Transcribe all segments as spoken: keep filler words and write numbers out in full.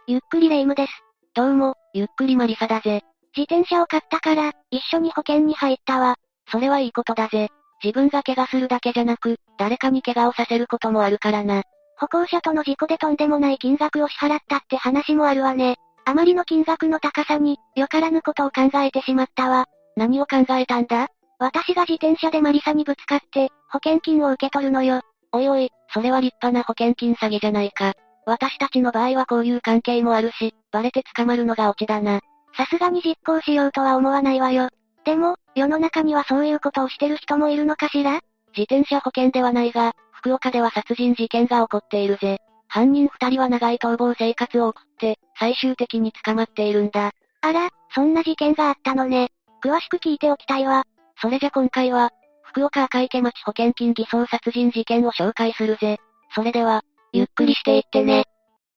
ゆっくりレ夢ムです。 どうも、ゆっくりマリサだぜ。 自転車を買ったから、一緒に保険に入ったわ。 それはいいことだぜ。自分が怪我するだけじゃなく、誰かに怪我をさせることもあるからな。 歩行者との事故でとんでもない金額を支払ったって話もあるわね。あまりの金額の高さに、よからぬことを考えてしまったわ。 何を考えたんだ？ 私が自転車でマリサにぶつかって、保険金を受け取るのよ。 おいおい、それは立派な保険金詐欺じゃないか。私たちの場合はこういう関係もあるし、バレて捕まるのがオチだな。 さすがに実行しようとは思わないわよ。でも、世の中にはそういうことをしてる人もいるのかしら？ 自転車保険ではないが、福岡では殺人事件が起こっているぜ。犯人二人は長い逃亡生活を送って、最終的に捕まっているんだ。 あら、そんな事件があったのね。詳しく聞いておきたいわ。 それじゃ今回は、福岡赤池町保険金偽装殺人事件を紹介するぜ。それでは、ゆっくりしていってね。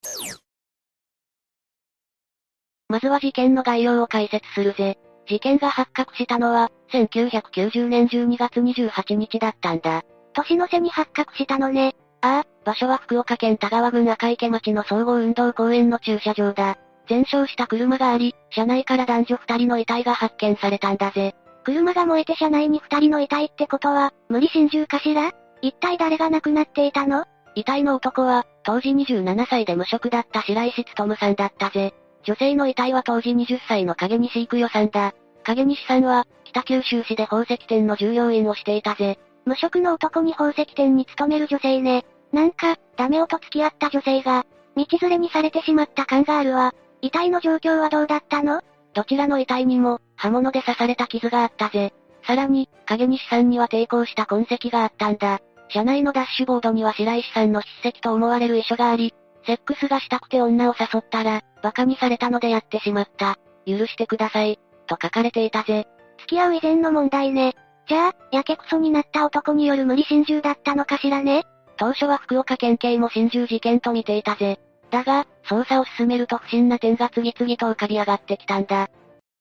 まずは事件の概要を解説するぜ。事件が発覚したのは、せんきゅうひゃくきゅうじゅうねんじゅうにがつにじゅうはちにちだったんだ。 年の瀬に発覚したのね。 ああ、場所は福岡県田川郡赤池町の総合運動公園の駐車場だ。全焼した車があり、車内から男女二人の遺体が発見されたんだぜ。 車が燃えて車内に二人の遺体ってことは、無理心中かしら？一体誰が亡くなっていたの？ 遺体の男は、当時にじゅうななさいで無職だった白石勉さんだったぜ。女性の遺体は当時はたちの影西育代さんだ。影西さんは、北九州市で宝石店の従業員をしていたぜ。 無職の男に宝石店に勤める女性ね。なんか、ダメ男付き合った女性が、道連れにされてしまった感があるわ。遺体の状況はどうだったの？ どちらの遺体にも、刃物で刺された傷があったぜ。さらに、影西さんには抵抗した痕跡があったんだ。車内のダッシュボードには白石さんの筆跡と思われる遺書があり、セックスがしたくて女を誘ったら、馬鹿にされたのでやってしまった。許してください。と書かれていたぜ。 付き合う以前の問題ね。じゃあ、やけくそになった男による無理心中だったのかしらね？ 当初は福岡県警も心中事件と見ていたぜ。だが、捜査を進めると不審な点が次々と浮かび上がってきたんだ。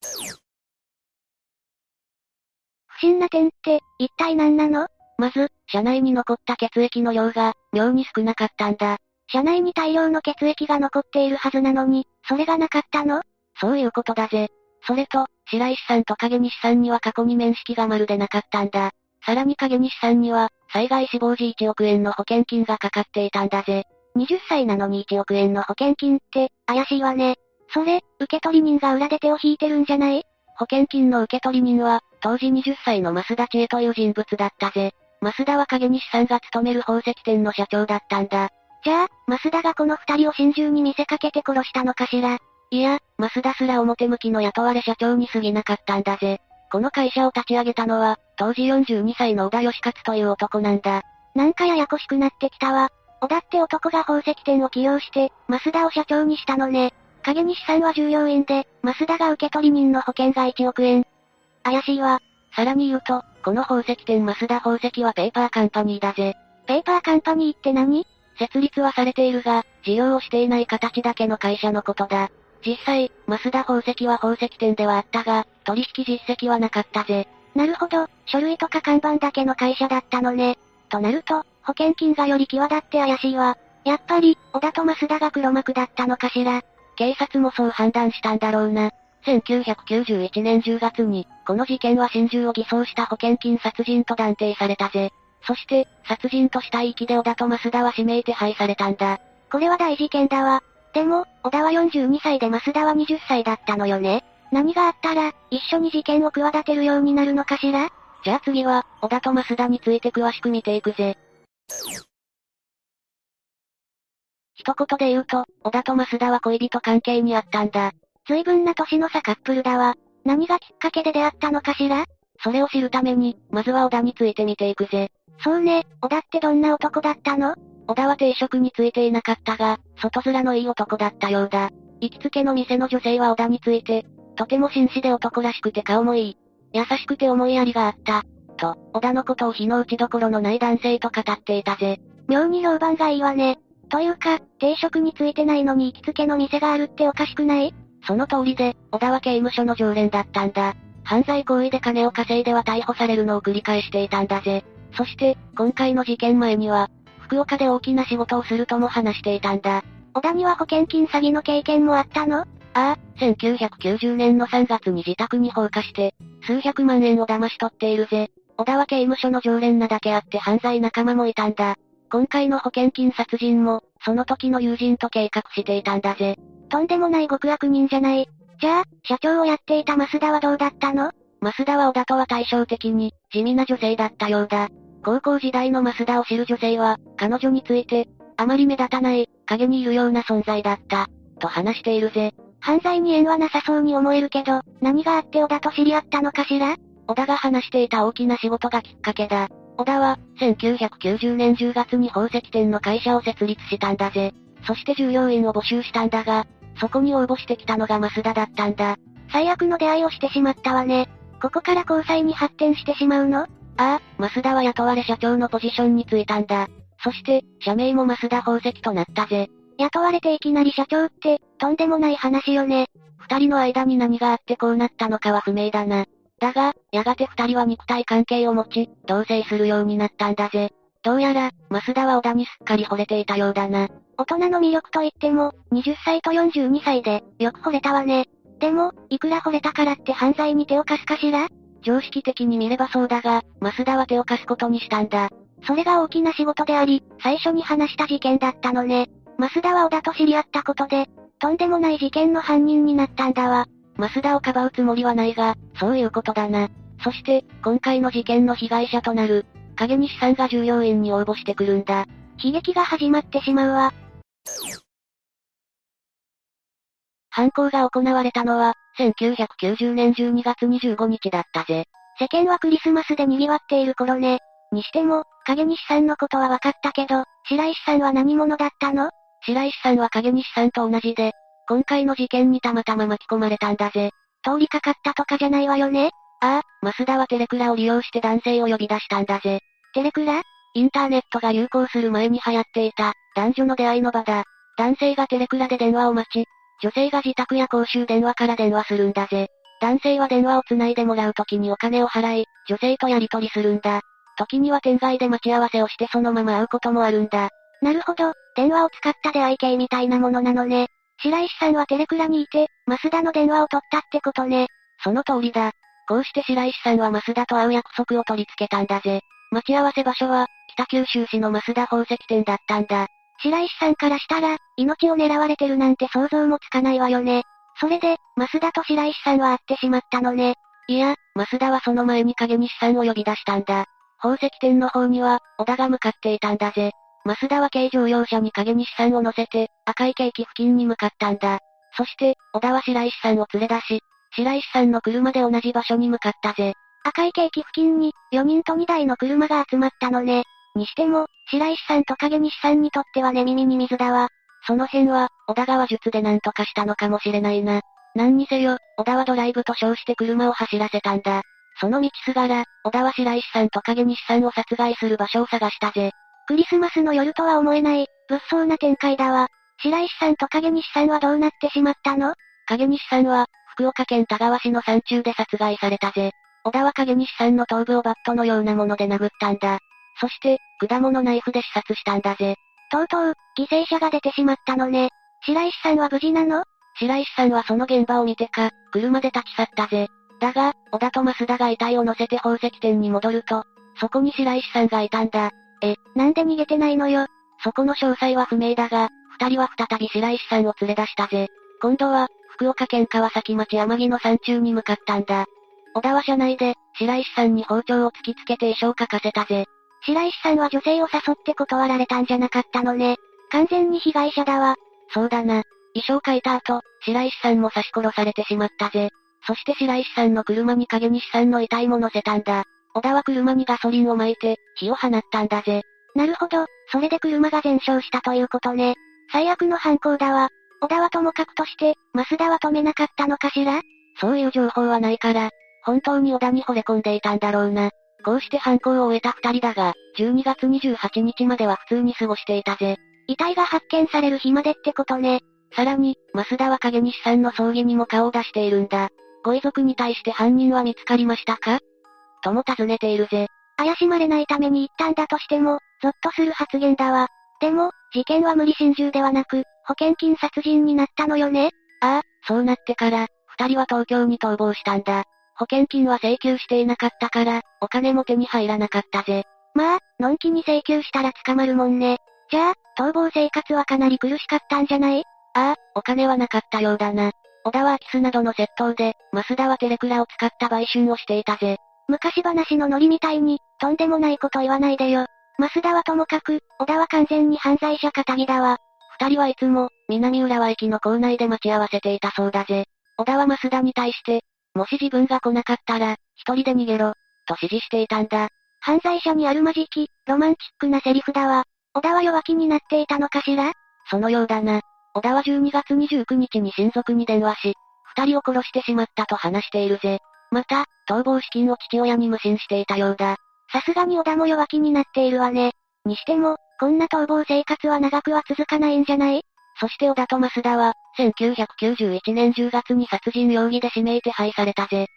不審な点って、一体何なの？ まず、車内に残った血液の量が、妙に少なかったんだ。 車内に大量の血液が残っているはずなのに、それがなかったの？ そういうことだぜ。それと、白石さんと影西さんには過去に面識がまるでなかったんだ。さらに影西さんには、災害死亡時いちおくえんの保険金がかかっていたんだぜ。 はたちなのにいちおくえんの保険金って、怪しいわね。それ、受取人が裏で手を引いてるんじゃない？ 保険金の受取人は、当時はたちの増田千恵という人物だったぜ。増田は影西さんが勤める宝石店の社長だったんだ。 じゃあ、増田がこの二人を心中に見せかけて殺したのかしら？ いや、増田すら表向きの雇われ社長に過ぎなかったんだぜ。この会社を立ち上げたのは、当時よんじゅうにさいの小田義勝という男なんだ。 なんかややこしくなってきたわ。小田って男が宝石店を起用して、増田を社長にしたのね。影西さんは従業員で、増田が受取人の保険がいちおくえん。怪しいわ。 さらに言うと、この宝石店増田宝石はペーパーカンパニーだぜ。 ペーパーカンパニーって何？ 設立はされているが、事業をしていない形だけの会社のことだ。実際、増田宝石は宝石店ではあったが、取引実績はなかったぜ。 なるほど、書類とか看板だけの会社だったのね。となると、保険金がより際立って怪しいわ。やっぱり、小田と増田が黒幕だったのかしら。 警察もそう判断したんだろうな。せんきゅうひゃくきゅうじゅういちねんじゅうがつに、この事件は心中を偽装した保険金殺人と断定されたぜ。そして、殺人とした意気で小田と増田は指名手配されたんだ。 これは大事件だわ。でも、小田はよんじゅうにさいで増田ははたちだったのよね。何があったら、一緒に事件を企てるようになるのかしら？ じゃあ次は、小田と増田について詳しく見ていくぜ。一言で言うと、小田と増田は恋人関係にあったんだ。 随分な年の差カップルだわ。何がきっかけで出会ったのかしら？ それを知るために、まずは小田について見ていくぜ。 そうね、小田ってどんな男だったの？ 小田は定職についていなかったが、外面のいい男だったようだ。行きつけの店の女性は小田について、とても紳士で男らしくて顔もいい。優しくて思いやりがあった。と、小田のことを非の打ちどころのない男性と語っていたぜ。 妙に評判がいいわね。というか、定職についてないのに行きつけの店があるっておかしくない？ その通りで、小田は刑務所の常連だったんだ。犯罪行為で金を稼いでは逮捕されるのを繰り返していたんだぜ。そして、今回の事件前には、福岡で大きな仕事をするとも話していたんだ。 小田には保険金詐欺の経験もあったの？ ああ、せんきゅうひゃくきゅうじゅうねんのさんがつに自宅に放火して、数百万円を騙し取っているぜ。小田は刑務所の常連なだけあって犯罪仲間もいたんだ。今回の保険金殺人も、その時の友人と計画していたんだぜ。 とんでもない極悪人じゃない。じゃあ、社長をやっていた増田はどうだったの？ 増田は小田とは対照的に、地味な女性だったようだ。高校時代の増田を知る女性は、彼女について、あまり目立たない、影にいるような存在だった、と話しているぜ。 犯罪に縁はなさそうに思えるけど、何があって小田と知り合ったのかしら？ 小田が話していた大きな仕事がきっかけだ。小田は、せんきゅうひゃくきゅうじゅうねんじゅうがつに宝石店の会社を設立したんだぜ。そして従業員を募集したんだが、そこに応募してきたのが増田だったんだ。 最悪の出会いをしてしまったわね。ここから交際に発展してしまうの？ ああ、増田は雇われ社長のポジションに就いたんだ。そして、社名も増田宝石となったぜ。 雇われていきなり社長って、とんでもない話よね。 二人の間に何があってこうなったのかは不明だな。だが、やがて二人は肉体関係を持ち、同棲するようになったんだぜ。どうやら、増田は小田にすっかり惚れていたようだな。 大人の魅力といっても、はたちとよんじゅうにさいで、よく惚れたわね。でも、いくら惚れたからって犯罪に手を貸すかしら？ 常識的に見ればそうだが、増田は手を貸すことにしたんだ。 それが大きな仕事であり、最初に話した事件だったのね。増田は小田と知り合ったことで、とんでもない事件の犯人になったんだわ。 増田をかばうつもりはないが、そういうことだな。そして、今回の事件の被害者となる、影西さんが従業員に応募してくるんだ。 悲劇が始まってしまうわ。 犯行が行われたのは、せんきゅうひゃくきゅうじゅうねんじゅうにがつにじゅうごにちだったぜ。 世間はクリスマスで賑わっている頃ね。にしても、影西さんのことは分かったけど、白石さんは何者だったの？ 白石さんは影西さんと同じで、今回の事件にたまたま巻き込まれたんだぜ。 通りかかったとかじゃないわよね？ ああ、増田はテレクラを利用して男性を呼び出したんだぜ。 テレクラ？ インターネットが流行する前に流行っていた、男女の出会いの場だ。男性がテレクラで電話を待ち、女性が自宅や公衆電話から電話するんだぜ。男性は電話を繋いでもらう時にお金を払い、女性とやり取りするんだ。時には店外で待ち合わせをしてそのまま会うこともあるんだ。 なるほど、電話を使った出会い系みたいなものなのね。白石さんはテレクラにいて、増田の電話を取ったってことね。 その通りだ。こうして白石さんは増田と会う約束を取り付けたんだぜ。待ち合わせ場所は、北九州市の増田宝石店だったんだ。 白石さんからしたら、命を狙われてるなんて想像もつかないわよね。それで、増田と白石さんは会ってしまったのね。 いや、増田はその前に影西さんを呼び出したんだ。宝石店の方には、小田が向かっていたんだぜ。増田は軽乗用車に影西さんを乗せて、赤池駅付近に向かったんだ。そして、小田は白石さんを連れ出し、白石さんの車で同じ場所に向かったぜ。 赤池駅付近に、よにんとにだいの車が集まったのね。にしても、白石さんと影西さんにとっては寝耳に水だわ。 その辺は、小田が話術で何とかしたのかもしれないな。何にせよ、小田はドライブと称して車を走らせたんだ。その道すがら、小田は白石さんと影西さんを殺害する場所を探したぜ。 クリスマスの夜とは思えない、物騒な展開だわ。白石さんと影西さんはどうなってしまったの？ 影西さんは、福岡県田川市の山中で殺害されたぜ。小田は影西さんの頭部をバットのようなもので殴ったんだ。そして、果物ナイフで刺殺したんだぜ。 とうとう、犠牲者が出てしまったのね。白石さんは無事なの？ 白石さんはその現場を見てか、車で立ち去ったぜ。だが、小田と増田が遺体を乗せて宝石店に戻ると、そこに白石さんがいたんだ。 え、なんで逃げてないのよ。 そこの詳細は不明だが、二人は再び白石さんを連れ出したぜ。今度は、福岡県川崎町天城の山中に向かったんだ。小田は車内で、白石さんに包丁を突きつけて遺書を書かせたぜ。 白石さんは女性を誘って断られたんじゃなかったのね。完全に被害者だわ。 そうだな。遺書を書いた後、白石さんも刺し殺されてしまったぜ。そして白石さんの車に影西さんの遺体も乗せたんだ。小田は車にガソリンを撒いて、火を放ったんだぜ。 なるほど、それで車が全焼したということね。最悪の犯行だわ。小田はともかくとして、増田は止めなかったのかしら？ そういう情報はないから、本当に小田に惚れ込んでいたんだろうな。こうして犯行を終えた二人だが、じゅうにがつにじゅうはちにちまでは普通に過ごしていたぜ。 遺体が発見される日までってことね。 さらに、増田は影西さんの葬儀にも顔を出しているんだ。ご遺族に対して犯人は見つかりましたか？とも尋ねているぜ。 怪しまれないために言ったんだとしても、ゾッとする発言だわ。 でも、事件は無理心中ではなく、保険金殺人になったのよね？ ああ、そうなってから、二人は東京に逃亡したんだ。保険金は請求していなかったから、お金も手に入らなかったぜ。 まあ、のんきに請求したら捕まるもんね。じゃあ、逃亡生活はかなり苦しかったんじゃない？ ああ、お金はなかったようだな。小田は空き巣などの窃盗で、増田はテレクラを使った売春をしていたぜ。 昔話のノリみたいに、とんでもないこと言わないでよ。増田はともかく、小田は完全に犯罪者かたぎだわ。 二人はいつも、南浦和駅の構内で待ち合わせていたそうだぜ。小田は増田に対して、もし自分が来なかったら、一人で逃げろ、と指示していたんだ。 犯罪者にあるまじき、ロマンチックなセリフだわ。小田は弱気になっていたのかしら？ そのようだな。小田はじゅうにがつにじゅうくにちに親族に電話し、二人を殺してしまったと話しているぜ。また、逃亡資金を父親に無心していたようだ。 さすがに小田も弱気になっているわね。にしても、こんな逃亡生活は長くは続かないんじゃない？ そして小田と増田は、せんきゅうひゃくきゅうじゅういちねんじゅうがつに殺人容疑で指名手配されたぜ。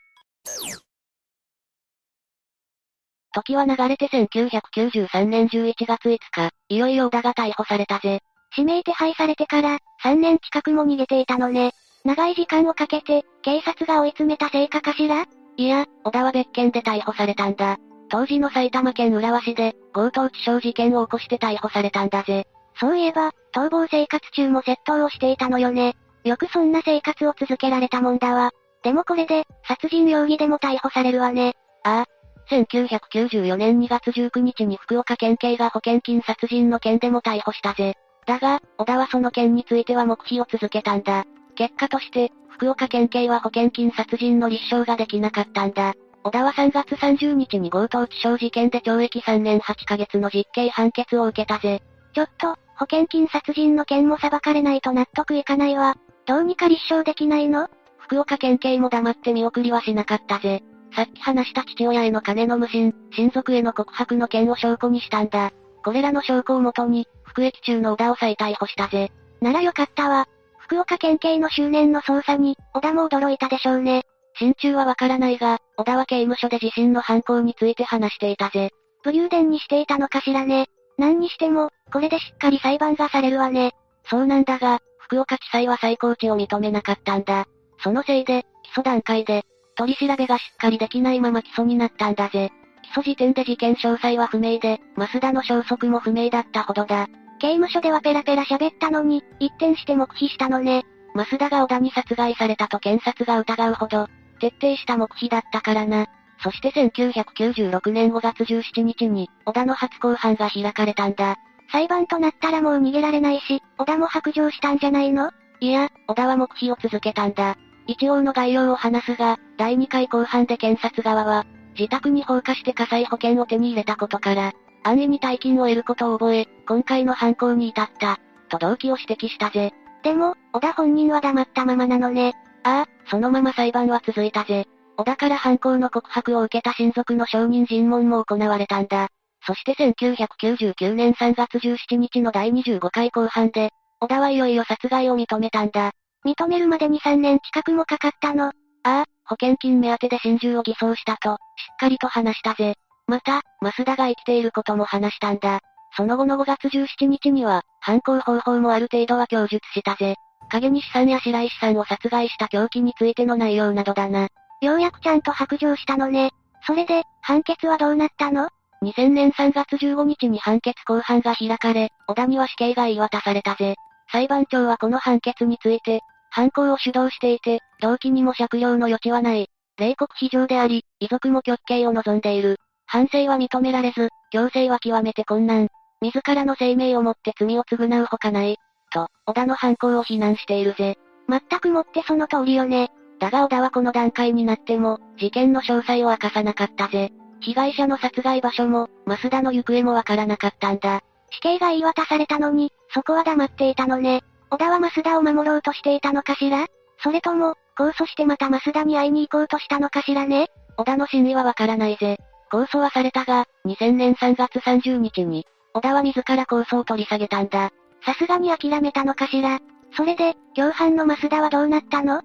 時は流れてせんきゅうひゃくきゅうじゅうさんねんじゅういちがついつか、いよいよ小田が逮捕されたぜ。 指名手配されてから、さんねん近くも逃げていたのね。長い時間をかけて、警察が追い詰めた成果かしら？ いや、小田は別件で逮捕されたんだ。当時の埼玉県浦和市で、強盗致傷事件を起こして逮捕されたんだぜ。 そういえば、逃亡生活中も窃盗をしていたのよね。よくそんな生活を続けられたもんだわ。でもこれで、殺人容疑でも逮捕されるわね。 ああ。せんきゅうひゃくきゅうじゅうよねんにがつじゅうくにちに福岡県警が保険金殺人の件でも逮捕したぜ。だが、小田はその件については黙秘を続けたんだ。結果として、福岡県警は保険金殺人の立証ができなかったんだ。小田はさんがつさんじゅうにちに強盗致傷事件でちょうえきさんねんはちかげつの実刑判決を受けたぜ。 ちょっと、保険金殺人の件も裁かれないと納得いかないわ。どうにか立証できないの？ 福岡県警も黙って見送りはしなかったぜ。さっき話した父親への金の無心、親族への告白の件を証拠にしたんだ。これらの証拠をもとに、服役中の小田を再逮捕したぜ。 ならよかったわ。福岡県警の執念の捜査に、小田も驚いたでしょうね。 心中はわからないが、小田は刑務所で自身の犯行について話していたぜ。 武勇伝にしていたのかしらね。何にしても、これでしっかり裁判がされるわね。 そうなんだが、福岡地裁は再考値を認めなかったんだ。そのせいで、起訴段階で、取り調べがしっかりできないまま起訴になったんだぜ。起訴時点で事件詳細は不明で、増田の消息も不明だったほどだ。 刑務所ではペラペラ喋ったのに、一転して黙秘したのね。 増田が小田に殺害されたと検察が疑うほど、徹底した黙秘だったからな。そしてせんきゅうひゃくきゅうじゅうろくねんごがつじゅうしちにちに、小田の初公判が開かれたんだ。 裁判となったらもう逃げられないし、小田も白状したんじゃないの？ いや、小田は黙秘を続けたんだ。一応の概要を話すが、だいにかい公判で検察側は、自宅に放火して火災保険を手に入れたことから、安易に大金を得ることを覚え、今回の犯行に至った、と動機を指摘したぜ。 でも、小田本人は黙ったままなのね。 ああ、そのまま裁判は続いたぜ。小田から犯行の告白を受けた親族の証人尋問も行われたんだ。そしてせんきゅうひゃくきゅうじゅうきゅうねんさんがつじゅうしちにちのだいにじゅうごかい公判で、小田はいよいよ殺害を認めたんだ。 認めるまでにさんねん近くもかかったの。ああ、保険金目当てで心中を偽装したと、しっかりと話したぜ。また、増田が生きていることも話したんだ。その後のごがつじゅうしちにちには、犯行方法もある程度は供述したぜ。影西さんや白石さんを殺害した凶器についての内容などだな。 ようやくちゃんと白状したのね。それで、判決はどうなったの？ にせんねんさんがつじゅうごにちに判決公判が開かれ、小田には死刑が言い渡されたぜ。裁判長はこの判決について、犯行を主導していて、動機にも酌量の余地はない。冷酷非常であり、遺族も極刑を望んでいる。反省は認められず、強制は極めて困難。自らの生命をもって罪を償うほかない。と、小田の犯行を非難しているぜ。 全くもってその通りよね。 だが小田はこの段階になっても、事件の詳細を明かさなかったぜ。被害者の殺害場所も、増田の行方もわからなかったんだ。 死刑が言い渡されたのに、そこは黙っていたのね。小田は増田を守ろうとしていたのかしら？それとも、控訴してまた増田に会いに行こうとしたのかしらね？ 小田の真意はわからないぜ。控訴はされたが、にせんねんさんがつさんじゅうにちに、小田は自ら控訴を取り下げたんだ。 さすがに諦めたのかしら？それで、共犯の増田はどうなったの？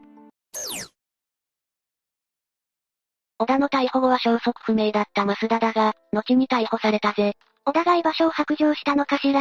小田の逮捕後は消息不明だった増田だが、後に逮捕されたぜ。 小田が居場所を白状したのかしら？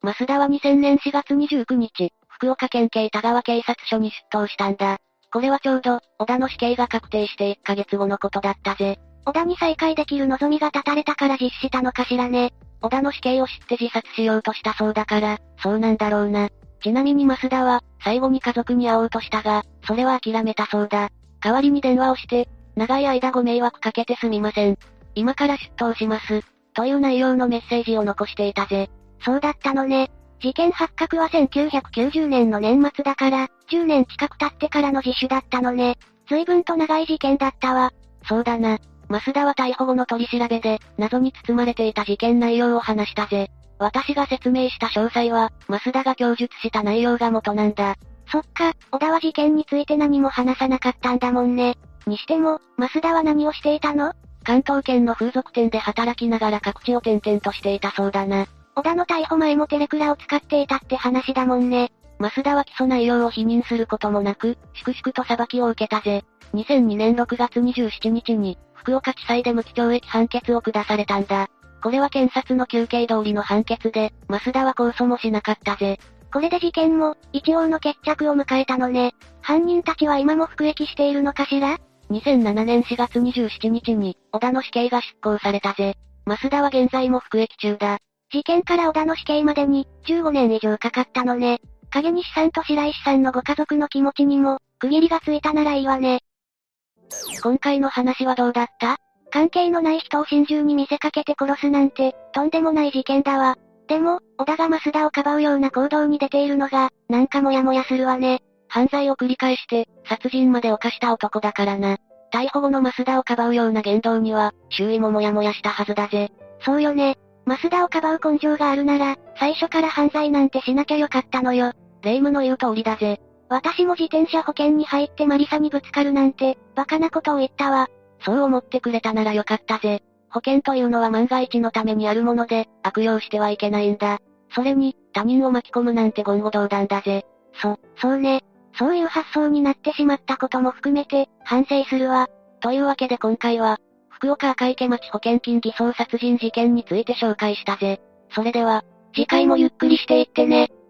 増田はにせんねんしがつにじゅうくにち、福岡県警田川警察署に出頭したんだ。これはちょうど、小田の死刑が確定していっかげつごのことだったぜ。 小田に再会できる望みが絶たれたから実施したのかしらね。 小田の死刑を知って自殺しようとしたそうだから、そうなんだろうな。ちなみに増田は、最後に家族に会おうとしたが、それは諦めたそうだ。代わりに電話をして、長い間ご迷惑かけてすみません。今から出頭します。という内容のメッセージを残していたぜ。 そうだったのね。事件発覚はせんきゅうひゃくきゅうじゅうねんの年末だから、じゅうねん近く経ってからの自首だったのね。随分と長い事件だったわ。 そうだな。増田は逮捕後の取り調べで、謎に包まれていた事件内容を話したぜ。私が説明した詳細は、増田が供述した内容が元なんだ。 そっか、小田は事件について何も話さなかったんだもんね。にしても、増田は何をしていたの？ 関東圏の風俗店で働きながら各地を転々としていたそうだな。 小田の逮捕前もテレクラを使っていたって話だもんね。 増田は起訴内容を否認することもなく、粛々と裁きを受けたぜ。にせんにねんろくがつにじゅうしちにちに、福岡地裁で無期懲役判決を下されたんだ。これは検察の求刑通りの判決で、増田は控訴もしなかったぜ。 これで事件も、一応の決着を迎えたのね。犯人たちは今も服役しているのかしら？ にせんななねんしがつにじゅうしちにちに、小田の死刑が執行されたぜ。増田は現在も服役中だ。 事件から小田の死刑までに、じゅうごねん以上かかったのね。影西さんと白石さんのご家族の気持ちにも、区切りがついたならいいわね。 今回の話はどうだった？ 関係のない人を心中に見せかけて殺すなんて、とんでもない事件だわ。でも、小田が増田をかばうような行動に出ているのが、なんかモヤモヤするわね。 犯罪を繰り返して、殺人まで犯した男だからな。逮捕後の増田をかばうような言動には、周囲もモヤモヤしたはずだぜ。 そうよね。増田をかばう根性があるなら、最初から犯罪なんてしなきゃよかったのよ。 霊夢の言う通りだぜ。 私も自転車保険に入ってマリサにぶつかるなんて、バカなことを言ったわ。 そう思ってくれたならよかったぜ。保険というのは万が一のためにあるもので、悪用してはいけないんだ。それに、他人を巻き込むなんて言語道断だぜ。 そ、そうね。そういう発想になってしまったことも含めて、反省するわ。 というわけで今回は、福岡赤池町保険金偽装殺人事件について紹介したぜ。それでは、 次回もゆっくりしていってね。